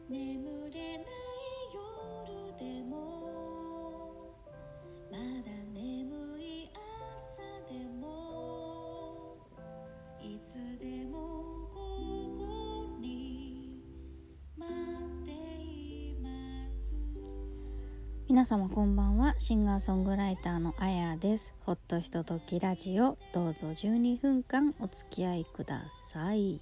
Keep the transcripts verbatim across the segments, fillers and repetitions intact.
眠れない夜でもまだ眠い朝でもいつでもここに待っています。皆様こんばんは。シンガーソングライターのあやです。ほっとひとときラジオ、どうぞじゅうにふんかんお付き合いください。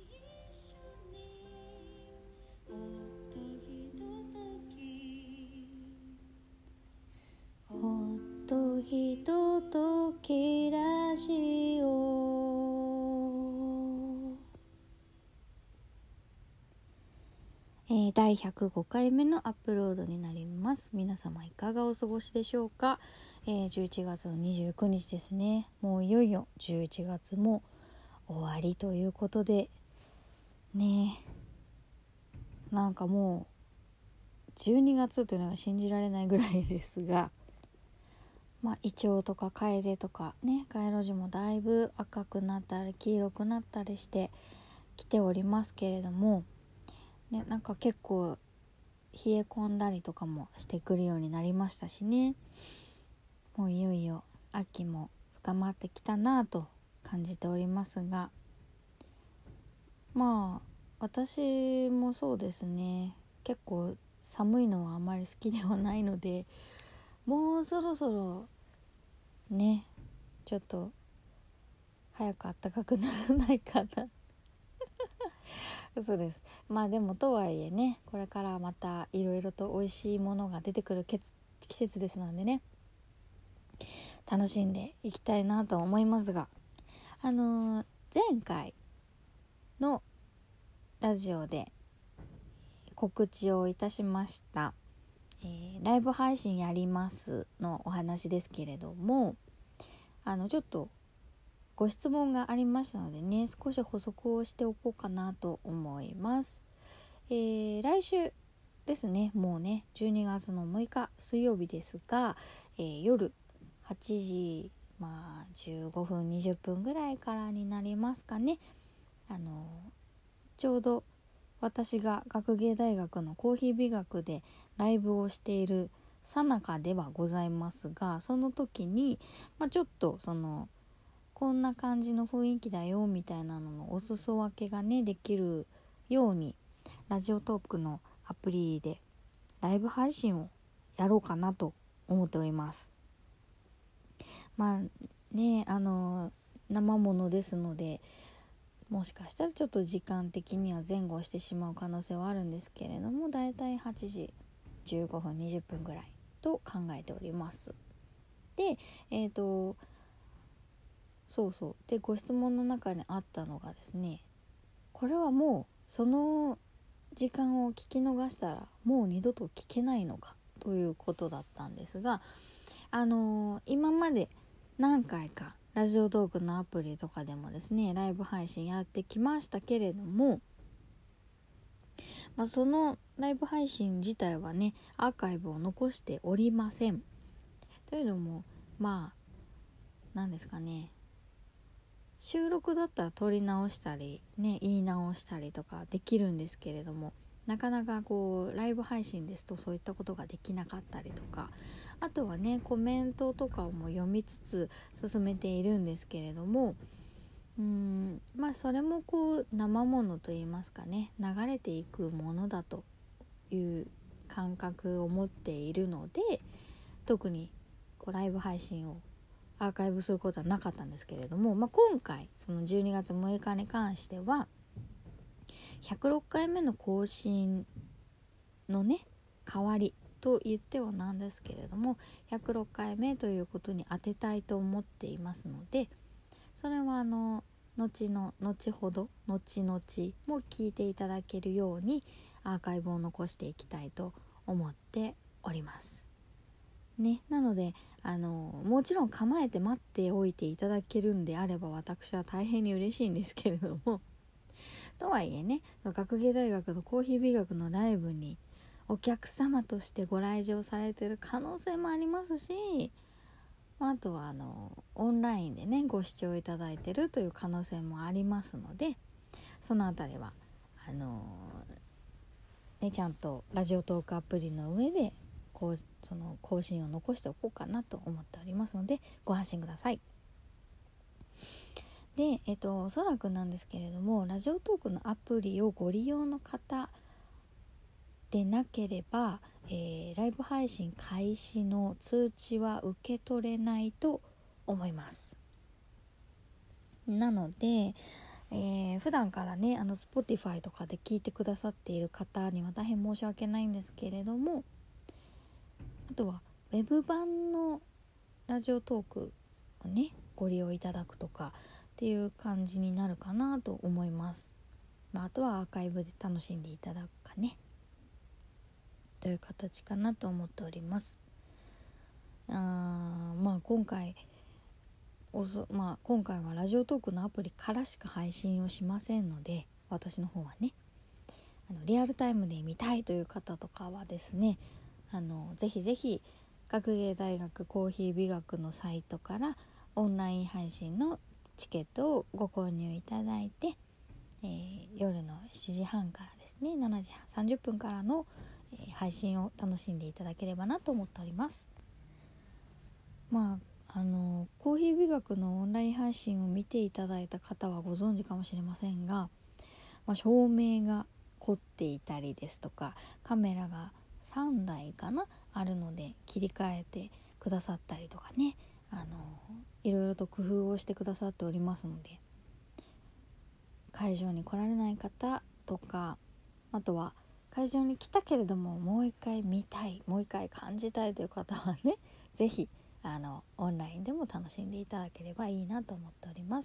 ほっとひとときラジオ、えー、だいひゃくごかいめのアップロードになります。皆様いかがお過ごしでしょうか。えー、じゅういちがつのにじゅうくにちですね。もういよいよじゅういちがつも終わりということでね、なんかもうじゅうにがつというのは信じられないぐらいですが、まあ、イチョウとかカエデとかね、街路樹もだいぶ赤くなったり黄色くなったりしてきておりますけれども、ね、なんか結構冷え込んだりとかもしてくるようになりましたしね、もういよいよ秋も深まってきたなと感じておりますが、まあ私もそうですね、結構寒いのはあまり好きではないので、もうそろそろね、ちょっと早く暖かくならないかなそうです。まあでもとはいえね、これからまたいろいろと美味しいものが出てくる季節ですのでね、楽しんでいきたいなと思いますが、あのー、前回のラジオで告知をいたしました、えー、ライブ配信やりますのお話ですけれども、あのちょっとご質問がありましたのでね、少し補足をしておこうかなと思います。えー、来週ですね、もうねじゅうにがつのむいか水曜日ですが、えー、夜はちじ、まあじゅうごふんにじゅっぷんぐらいからになりますかね、あのちょうど私が学芸大学のコーヒー美学でライブをしているさなかではございますが、その時に、まあ、ちょっとそのこんな感じの雰囲気だよみたいなののお裾分けがねできるように、ラジオトークのアプリでライブ配信をやろうかなと思っております。まあね、あの生ものですので、もしかしたらちょっと時間的には前後してしまう可能性はあるんですけれども、だいたいはちじじゅうごふんにじゅっぷんぐらいと考えております。で、えっとそうそうでご質問の中にあったのがですね、これはもうその時間を聞き逃したらもう二度と聞けないのかということだったんですが、あのー、今まで何回かラジオトークのアプリとかでもですねライブ配信やってきましたけれども、まあ、そのライブ配信自体はねアーカイブを残しておりません。というのも、まあ何ですかね、収録だったら撮り直したりね言い直したりとかできるんですけれども、なかなかこうライブ配信ですとそういったことができなかったりとか、あとはねコメントとかも読みつつ進めているんですけれども、うーんまあそれもこう生ものといいますかね、流れていくものだという感覚を持っているので、特にこうライブ配信をアーカイブすることはなかったんですけれども、まあ、今回そのじゅうにがつむいかに関してはひゃくろっかいめの更新のね代わりと言ってはなんですけれども、ひゃくろっかいめということに当てたいと思っていますので、それはあの後の後ほど後々も聞いていただけるようにアーカイブを残していきたいと思っておりますね。なのであのもちろん構えて待っておいていただけるんであれば私は大変に嬉しいんですけれども、とはいえね学芸大学のコーヒー美学のライブにお客様としてご来場されている可能性もありますし、あとはあのオンラインでねご視聴いただいているという可能性もありますので、そのあたりはあのね、ちゃんとラジオトークアプリの上でこうその更新を残しておこうかなと思っておりますので、ご安心ください。で、えっと、おそらくなんですけれども、ラジオトークのアプリをご利用の方でなければ、えー、ライブ配信開始の通知は受け取れないと思います。なので、えー、普段からね、あの Spotify とかで聞いてくださっている方には大変申し訳ないんですけれども、あとはウェブ版のラジオトークをねご利用いただくとかっていう感じになるかなと思います。まあ、あとはアーカイブで楽しんでいただくかねという形かなと思っております。あまあ今回おそ、まあ、今回はラジオトークのアプリからしか配信をしませんので、私の方はねあのリアルタイムで見たいという方とかはですね、あのぜひぜひ学芸大学コーヒー美学のサイトからオンライン配信のチケットをご購入いただいて、えー、夜のしちじはんからですねしちじさんじゅっぷんからの、えー、配信を楽しんでいただければなと思っております。まああのコーヒー美学のオンライン配信を見ていただいた方はご存知かもしれませんが、まあ、照明が凝っていたりですとか、カメラがさんだいかなあるので切り替えてくださったりとかね、あのいろいろと工夫をしてくださっておりますので、会場に来られない方とか、あとは会場に来たけれどももう一回見たい、もう一回感じたいという方はね、ぜひあのオンラインでも楽しんでいただければいいなと思っております。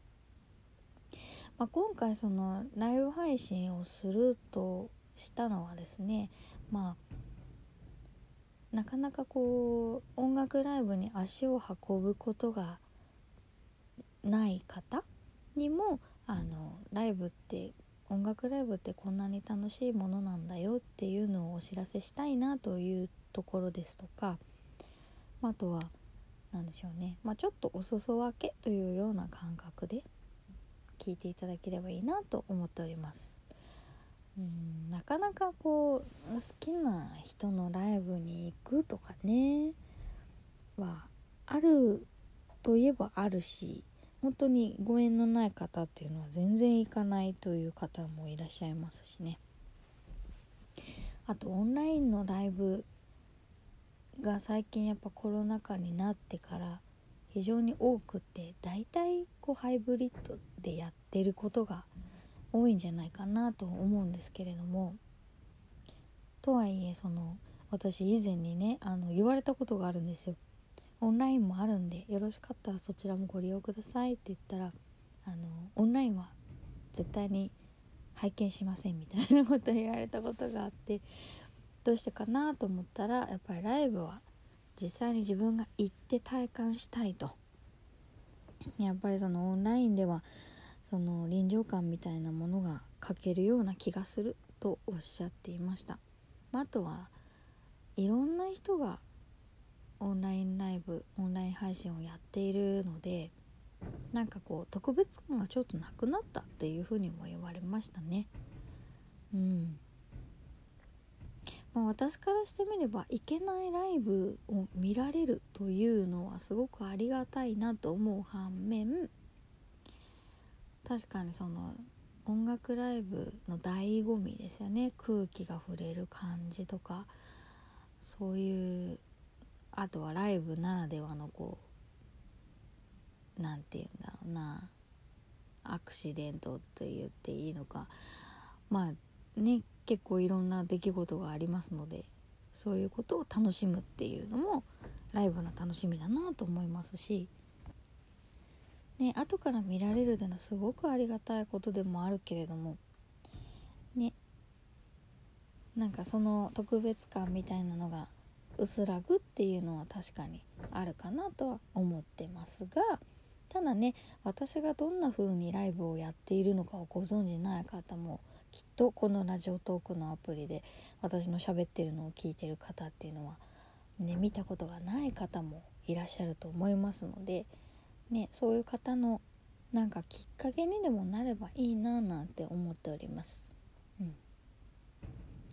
まあ、今回そのライブ配信をするとしたのはですね、まあなかなかこう音楽ライブに足を運ぶことがない方にも、あのライブって音楽ライブってこんなに楽しいものなんだよっていうのをお知らせしたいなというところですとか、あとはなんでしょうね、まあ、ちょっとお裾分けというような感覚で聞いていただければいいなと思っております。うんなかなかこう好きな人のライブに行くとかねはあるといえばあるし、本当にご縁のない方っていうのは全然行かないという方もいらっしゃいますしね。あとオンラインのライブが最近やっぱコロナ禍になってから非常に多くて、だいたいこうハイブリッドでやってることが多いんじゃないかなと思うんですけれども、とはいえその私以前にねあの言われたことがあるんですよ。オンラインもあるんでよろしかったらそちらもご利用くださいって言ったら、あのオンラインは絶対に拝見しませんみたいなことを言われたことがあって、どうしてかなと思ったら、やっぱりライブは実際に自分が行って体感したいと。やっぱりそのオンラインではその臨場感みたいなものが欠けるような気がするとおっしゃっていました。あとはいろんな人がオンラインライブオンライン配信をやっているので、なんかこう特別感がちょっとなくなったっていうふうにも言われましたね。うんまあ、私からしてみれば行けないライブを見られるというのはすごくありがたいなと思う反面、確かにその音楽ライブの醍醐味ですよね。空気が触れる感じとか、そういう、あとはライブならではのこうなんていうんだろうな、アクシデントって言っていいのか、まあね結構いろんな出来事がありますので、そういうことを楽しむっていうのもライブの楽しみだなと思いますしね、後から見られるのはすごくありがたいことでもあるけれどもね、なんかその特別感みたいなのが薄らぐっていうのは確かにあるかなとは思ってますが、ただね、私がどんな風にライブをやっているのかをご存じない方もきっとこのラジオトークのアプリで私の喋ってるのを聞いてる方っていうのはね、見たことがない方もいらっしゃると思いますのでね、そういう方のなんかきっかけにでもなればいいななんて思っております。うん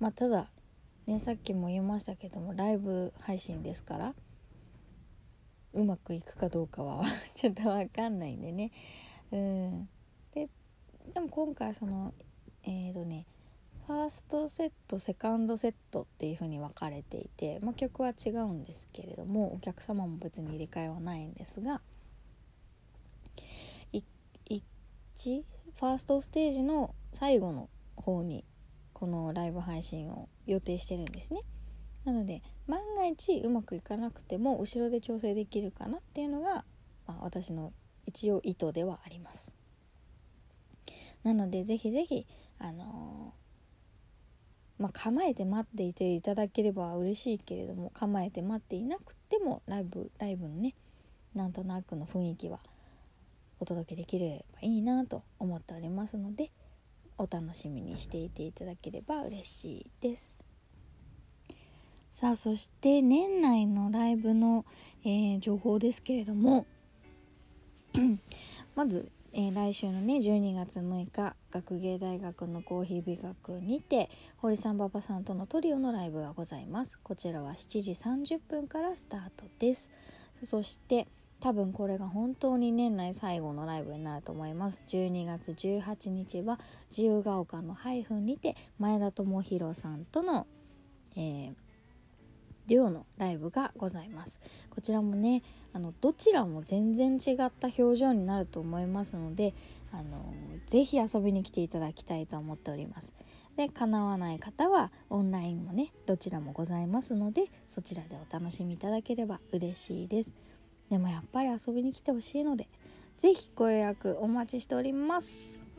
まあただね、さっきも言いましたけどもライブ配信ですからうまくいくかどうかはちょっと分かんないんでね。うんででも今回そのえーとねファーストセットセカンドセットっていう風に分かれていて、まあ、曲は違うんですけれどもお客様も別に入れ替えはないんですが、いいちファーストステージの最後の方にこのライブ配信を予定してるんですね。なので万が一うまくいかなくても後ろで調整できるかなっていうのが、まあ、私の一応意図ではあります。なのでぜひぜひあのー、まあ構えて待っていていただければ嬉しいけれども、構えて待っていなくてもライブライブのねなんとなくの雰囲気はお届けできればいいなと思っておりますので、お楽しみにしていていただければ嬉しいです。さあそして年内のライブの、えー、情報ですけれどもまず、えー、来週のねじゅうにがつむいか学芸大学のコーヒー美学にて堀さん馬場さんとのトリオのライブがございます。こちらはしちじさんじゅっぷんからスタートです。そして多分これが本当に年内最後のライブになると思います。じゅうにがつじゅうはちにちは自由が丘のハイフンにて前田智弘さんとの、えーデュオのライブがございます。こちらもねあのどちらも全然違った表情になると思いますので、あのぜひ遊びに来ていただきたいと思っております。で叶わない方はオンラインもねどちらもございますので、そちらでお楽しみいただければ嬉しいです。でもやっぱり遊びに来てほしいのでぜひご予約お待ちしております。